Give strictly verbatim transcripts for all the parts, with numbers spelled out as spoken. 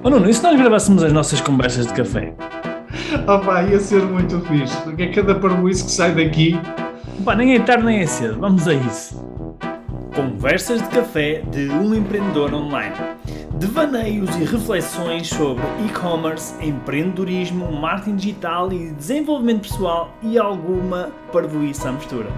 Oh Nuno, e se nós gravássemos as nossas conversas de café? Opa, ia ser muito fixe, porque é cada parboice que sai daqui. Pá, nem é tarde nem é cedo, vamos a isso. Conversas de café de um empreendedor online. Devaneios e reflexões sobre e-commerce, empreendedorismo, marketing digital e desenvolvimento pessoal e alguma parvoíce à mistura.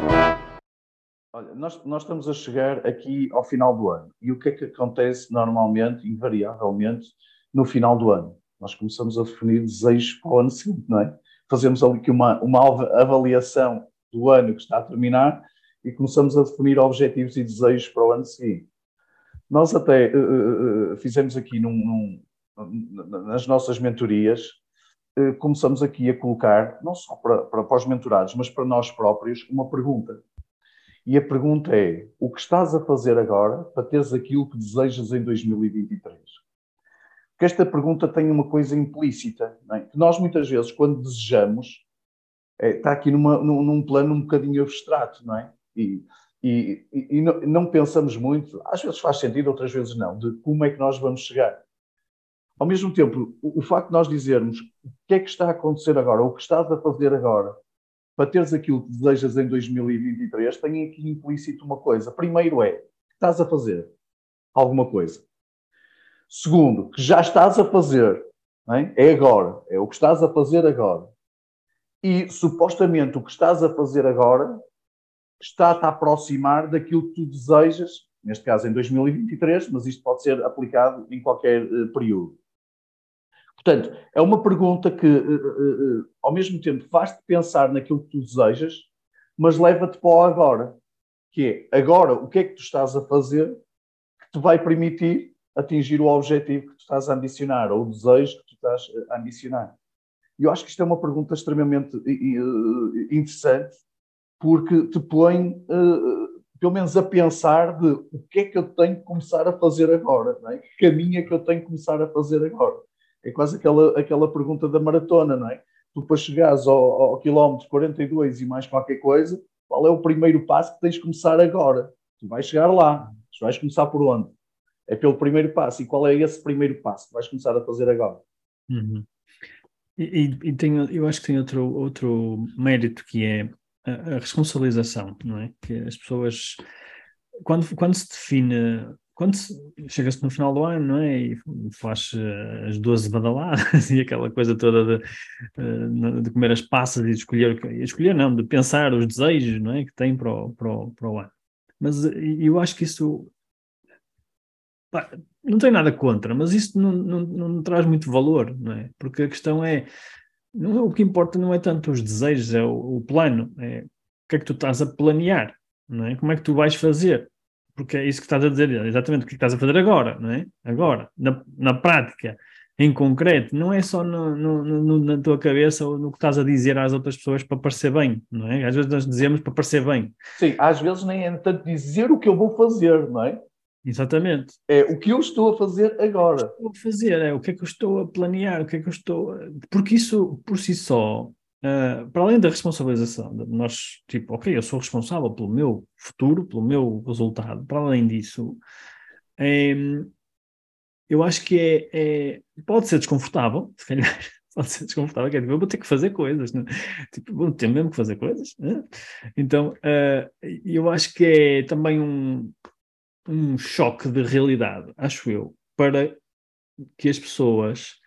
Olha, nós, nós estamos a chegar aqui ao final do ano. E o que é que acontece normalmente, invariavelmente, no final do ano? Nós começamos a definir desejos para o ano seguinte, não é? Fazemos ali uma, uma avaliação do ano que está a terminar e começamos a definir objetivos e desejos para o ano seguinte. Nós até uh, uh, fizemos aqui num, num, nas nossas mentorias, uh, começamos aqui a colocar, não só para, para, para os mentorados, mas para nós próprios, uma pergunta. E a pergunta é, o que estás a fazer agora para teres aquilo que desejas em dois mil e vinte e três? Porque esta pergunta tem uma coisa implícita, não é? Que nós muitas vezes, quando desejamos, é, está aqui numa, num, num plano um bocadinho abstrato, não é? E, e, e não, não pensamos muito, às vezes faz sentido, outras vezes não, de como é que nós vamos chegar. Ao mesmo tempo, o, o facto de nós dizermos o que é que está a acontecer agora, ou o que estás a fazer agora, para teres aquilo que desejas em dois mil e vinte e três, tem aqui implícito uma coisa. Primeiro é, que estás a fazer alguma coisa. Segundo, que já estás a fazer, não é? É agora, é o que estás a fazer agora. E, supostamente, o que estás a fazer agora está-te a aproximar daquilo que tu desejas, neste caso em dois mil e vinte e três, mas isto pode ser aplicado em qualquer uh, período. Portanto, é uma pergunta que, uh, uh, uh, ao mesmo tempo, faz-te pensar naquilo que tu desejas, mas leva-te para o agora. Que é, agora, o que é que tu estás a fazer que te vai permitir atingir o objetivo que tu estás a ambicionar, ou o desejo que tu estás a ambicionar? E eu acho que isto é uma pergunta extremamente uh, interessante, porque te põe, uh, pelo menos, a pensar de o que é que eu tenho que começar a fazer agora, não é? Que caminho é que eu tenho que começar a fazer agora? É quase aquela, aquela pergunta da maratona, não é? Tu, para chegares ao, ao quilómetro quarenta e dois e mais qualquer coisa, qual é o primeiro passo que tens de começar agora? Tu vais chegar lá. Tu vais começar por onde? É pelo primeiro passo. E qual é esse primeiro passo que vais começar a fazer agora? Uhum. E, e, e tem, eu acho que tem outro, outro mérito, que é a, a responsabilização, não é? Que as pessoas, quando, quando se define... Quando chega-se no final do ano, não é? E faz uh, as doze badaladas e aquela coisa toda de, uh, de comer as passas e de escolher, escolher não, de pensar os desejos, não é? Que tem para o, para o, para o ano. Mas uh, eu acho que isso, pá, não tem nada contra, mas isso não, não, não traz muito valor, não é? Porque a questão é, não é, o que importa não é tanto os desejos, é o, o plano, é o que é que tu estás a planear, não é? Como é que tu vais fazer? Porque é isso que estás a dizer, exatamente o que estás a fazer agora, não é? Agora, na, na prática, em concreto, não é só no, no, no, na tua cabeça ou no que estás a dizer às outras pessoas para parecer bem, não é? Às vezes nós dizemos para parecer bem. Sim, às vezes nem é tanto dizer o que eu vou fazer, não é? Exatamente. É o que eu estou a fazer agora. O que estou a fazer, é o que é que eu estou a planear, o que é que eu estou... A... Porque isso, por si só... Uh, para além da responsabilização, de nós, tipo, ok, eu sou responsável pelo meu futuro, pelo meu resultado, para além disso, é, eu acho que é, é, pode ser desconfortável, se calhar, pode ser desconfortável, quer dizer, eu vou ter que fazer coisas, né? Tipo, vou ter mesmo que fazer coisas, né? Então, uh, eu acho que é também um, um choque de realidade, acho eu, para que as pessoas...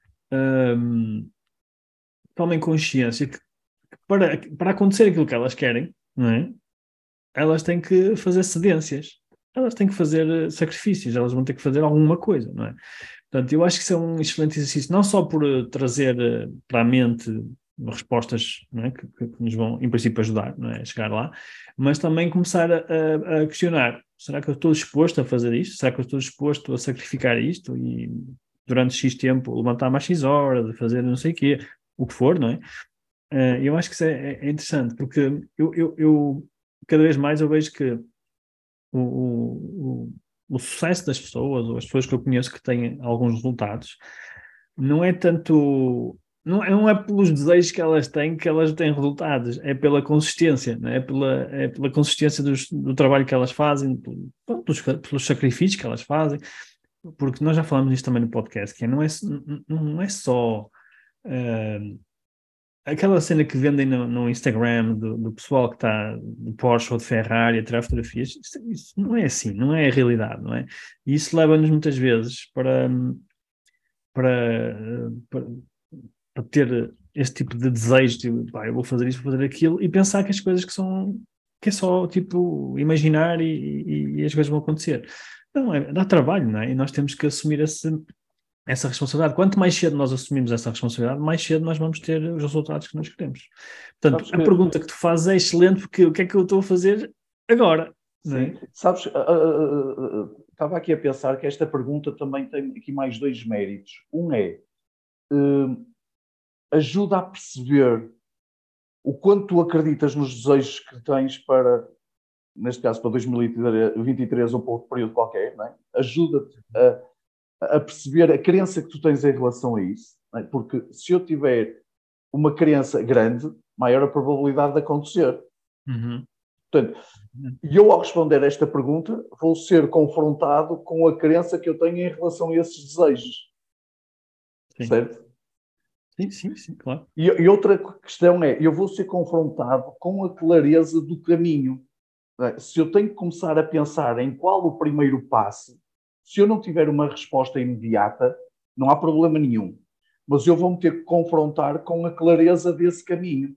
Um, tomem consciência que para, para acontecer aquilo que elas querem, não é? Elas têm que fazer cedências, elas têm que fazer sacrifícios, elas vão ter que fazer alguma coisa, não é? Portanto, eu acho que isso é um excelente exercício, não só por trazer para a mente respostas, não é? que, que nos vão, em princípio, ajudar, não é? A chegar lá, mas também começar a, a, a questionar, será que eu estou disposto a fazer isto? Será que eu estou disposto a sacrificar isto e durante X tempo levantar mais X horas, fazer não sei o quê, o que for, não é? Uh, eu acho que isso é, é interessante, porque eu, eu, eu cada vez mais eu vejo que o, o, o, o sucesso das pessoas, ou as pessoas que eu conheço que têm alguns resultados, não é tanto, não é, não é pelos desejos que elas têm que elas têm resultados, é pela consistência, não é? Pela, é pela consistência dos, do trabalho que elas fazem, pelos, pelos sacrifícios que elas fazem. porque nós já falamos disto também no podcast, que é, não, é, não é só uh, aquela cena que vendem no, no Instagram do, do pessoal que está de Porsche ou de Ferrari a tirar fotografias. Isso, isso não é assim, não é a realidade, não é? E isso leva-nos muitas vezes para, para, para, para ter este tipo de desejo de, pá, eu vou fazer isto, vou fazer aquilo, e pensar que as coisas que são, que é só, tipo, imaginar e, e, e as coisas vão acontecer. Não, é, dá trabalho, não é? E nós temos que assumir esse, essa responsabilidade. Quanto mais cedo nós assumimos essa responsabilidade, mais cedo nós vamos ter os resultados que nós queremos. Portanto, Sabes a que, pergunta que tu fazes é excelente, porque o que é que eu estou a fazer agora? Não é? sim, sabes, uh, uh, uh, uh, estava aqui a pensar que esta pergunta também tem aqui mais dois méritos. Um é, uh, ajuda a perceber o quanto tu acreditas nos desejos que tens para, neste caso, para dois mil e vinte e três ou para outro período qualquer, não é? Ajuda-te a, a perceber a crença que tu tens em relação a isso, não é? Porque se eu tiver uma crença grande, maior a probabilidade de acontecer. Uhum. Portanto, e eu, ao responder a esta pergunta, vou ser confrontado com a crença que eu tenho em relação a esses desejos. Sim. Certo? Sim, sim, sim, claro. E, e outra questão é, eu vou ser confrontado com a clareza do caminho. Se eu tenho que começar a pensar em qual o primeiro passo, se eu não tiver uma resposta imediata, não há problema nenhum. Mas eu vou-me ter que confrontar com a clareza desse caminho.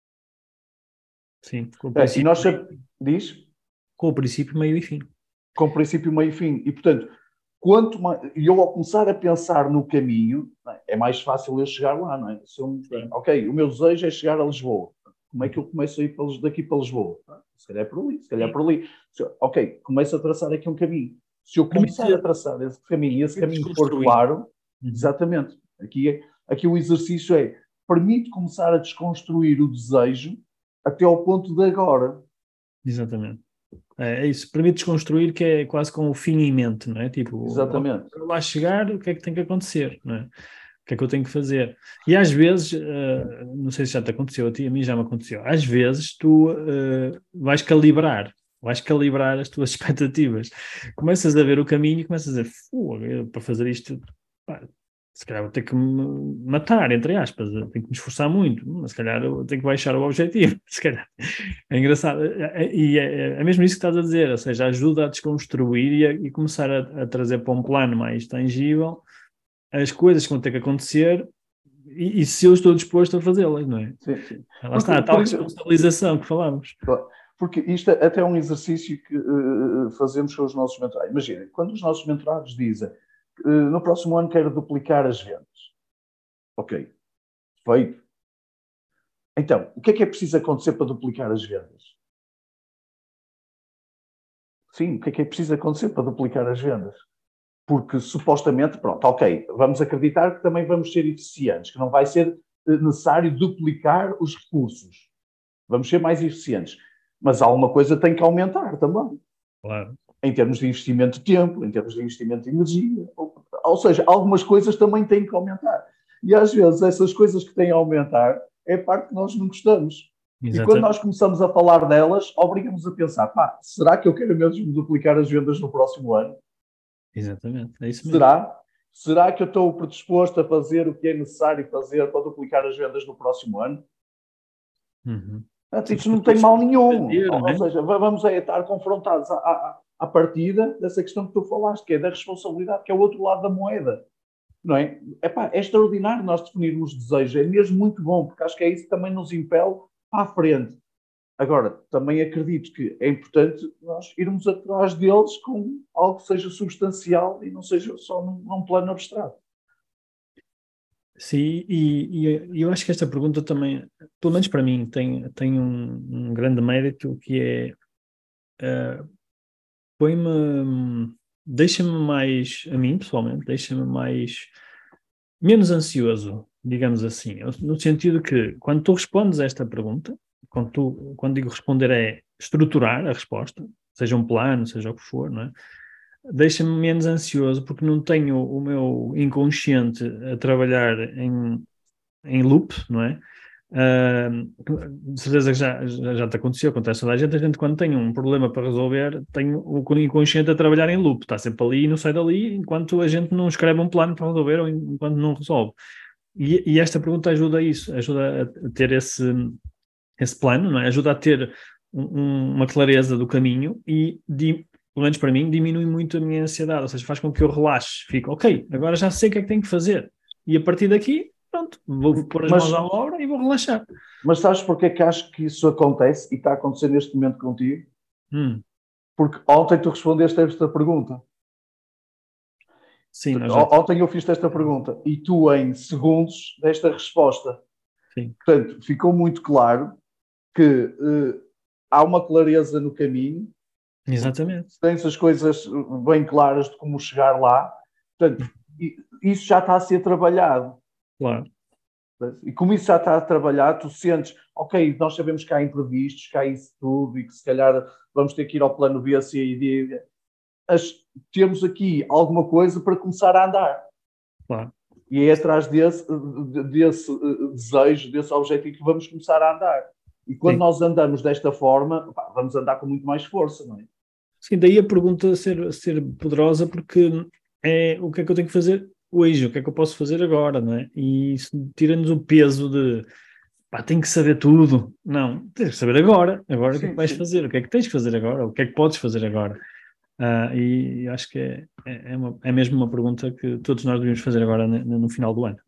Sim, com o É, e princípio, nós sabemos, diz? com o princípio, meio e fim. Com princípio, meio e fim. E, portanto, quanto mais, e eu ao começar a pensar no caminho, é mais fácil eu chegar lá, não é? Se eu, ok, o meu desejo é chegar a Lisboa. Como é que eu começo a ir para, daqui para Lisboa? Se calhar é por ali, se calhar é por ali. Ok, começo a traçar aqui um caminho. Se eu começar a traçar esse caminho e esse caminho for claro, uhum. Exatamente, aqui, é, aqui o exercício é, permite começar a desconstruir o desejo até ao ponto de agora. Exatamente. É isso, permite desconstruir, que é quase com o fim em mente, não é? Tipo, exatamente. Para lá chegar, o que é que tem que acontecer, não é? O que é que eu tenho que fazer? E às vezes, uh, não sei se já te aconteceu a ti, a mim já me aconteceu, às vezes tu uh, vais calibrar, vais calibrar as tuas expectativas. Começas a ver o caminho e começas a dizer, para fazer isto, pá, se calhar vou ter que me matar, entre aspas, tenho que me esforçar muito, mas se calhar eu tenho que baixar o objetivo, se calhar. É engraçado, e é, é mesmo isso que estás a dizer, ou seja, ajuda a desconstruir e, a, e começar a, a trazer para um plano mais tangível as coisas que vão ter que acontecer e, e se eu estou disposto a fazê-las, não é? Sim, sim. Lá porque, está, a tal responsabilização que falámos. Porque isto é até um exercício que uh, fazemos com os nossos mentorados. Imagina, quando os nossos mentorados dizem uh, no próximo ano quero duplicar as vendas. Ok, feito. Então, o que é que é preciso acontecer para duplicar as vendas? Sim, o que é que é preciso acontecer para duplicar as vendas? Porque supostamente, pronto, ok, vamos acreditar que também vamos ser eficientes, que não vai ser necessário duplicar os recursos. Vamos ser mais eficientes. Mas alguma coisa tem que aumentar também. Claro. Em termos de investimento de tempo, em termos de investimento de energia. Ou, ou seja, algumas coisas também têm que aumentar. E às vezes essas coisas que têm a aumentar é a parte que nós não gostamos. Exatamente. E quando nós começamos a falar delas, obriga-nos a pensar, pá, será que eu quero mesmo duplicar as vendas no próximo ano? Exatamente, é isso mesmo. Será? Será que eu estou predisposto a fazer o que é necessário fazer para duplicar as vendas no próximo ano? Uhum. Isso não tem mal nenhum. Fazer, ou, é? ou seja, vamos é estar confrontados à, à, à partida dessa questão que tu falaste, que é da responsabilidade, que é o outro lado da moeda. Não é? Epá, é extraordinário nós definirmos desejos, é mesmo muito bom, porque acho que é isso que também nos impele para a frente. Agora, também acredito que é importante nós irmos atrás deles com algo que seja substancial e não seja só num, num plano abstrato. Sim, e, e eu acho que esta pergunta também, pelo menos para mim, tem, tem um, um grande mérito, que é uh, põe-me, deixa-me mais, a mim pessoalmente, deixa-me mais, menos ansioso, digamos assim, no sentido que quando tu respondes a esta pergunta, quando, tu, quando digo responder é estruturar a resposta, seja um plano, seja o que for, não é? Deixa-me menos ansioso porque não tenho o meu inconsciente a trabalhar em, em loop, não é? Uh, de certeza que já, já, já te aconteceu, acontece a toda a gente. A gente, quando tem um problema para resolver, tem o inconsciente a trabalhar em loop, está sempre ali e não sai dali, enquanto a gente não escreve um plano para resolver ou enquanto não resolve. E, e esta pergunta ajuda a isso, ajuda a ter esse, esse plano, não é? Ajuda a ter um, uma clareza do caminho e, de, pelo menos para mim, diminui muito a minha ansiedade, ou seja, faz com que eu relaxe, fico, ok, agora já sei o que é que tenho que fazer, e a partir daqui, pronto, vou pôr as Mas- mãos à obra e vou relaxar. Mas sabes porque é que acho que isso acontece e está a acontecer neste momento contigo? Hum, Porque ontem tu respondeste esta pergunta. sim, nós já... O- Ontem eu fiz esta pergunta e tu, em segundos, deste a resposta. Sim. Portanto, ficou muito claro que eh, há uma clareza no caminho, Exatamente, tens as coisas bem claras de como chegar lá. Portanto, i- isso já está a ser trabalhado. claro. E como isso já está a trabalhar, tu sentes, ok, nós sabemos que há imprevistos, que há isso tudo e que se calhar vamos ter que ir ao plano B, C e D. As, temos aqui alguma coisa para começar a andar. Claro. E é atrás desse, desse desejo, desse objetivo que vamos começar a andar. E quando Sim. nós andamos desta forma, pá, vamos andar com muito mais força, não é? Sim, daí a pergunta ser, ser poderosa, porque é o que é que eu tenho que fazer hoje, o que é que eu posso fazer agora, não é? E isso tira-nos o peso de, pá, tenho que saber tudo. Não, tens que saber agora. Agora sim, o que é que vais sim. fazer? O que é que tens que fazer agora? O que é que podes fazer agora? Uh, e acho que é, é, é, uma, é mesmo uma pergunta que todos nós devemos fazer agora no, no final do ano.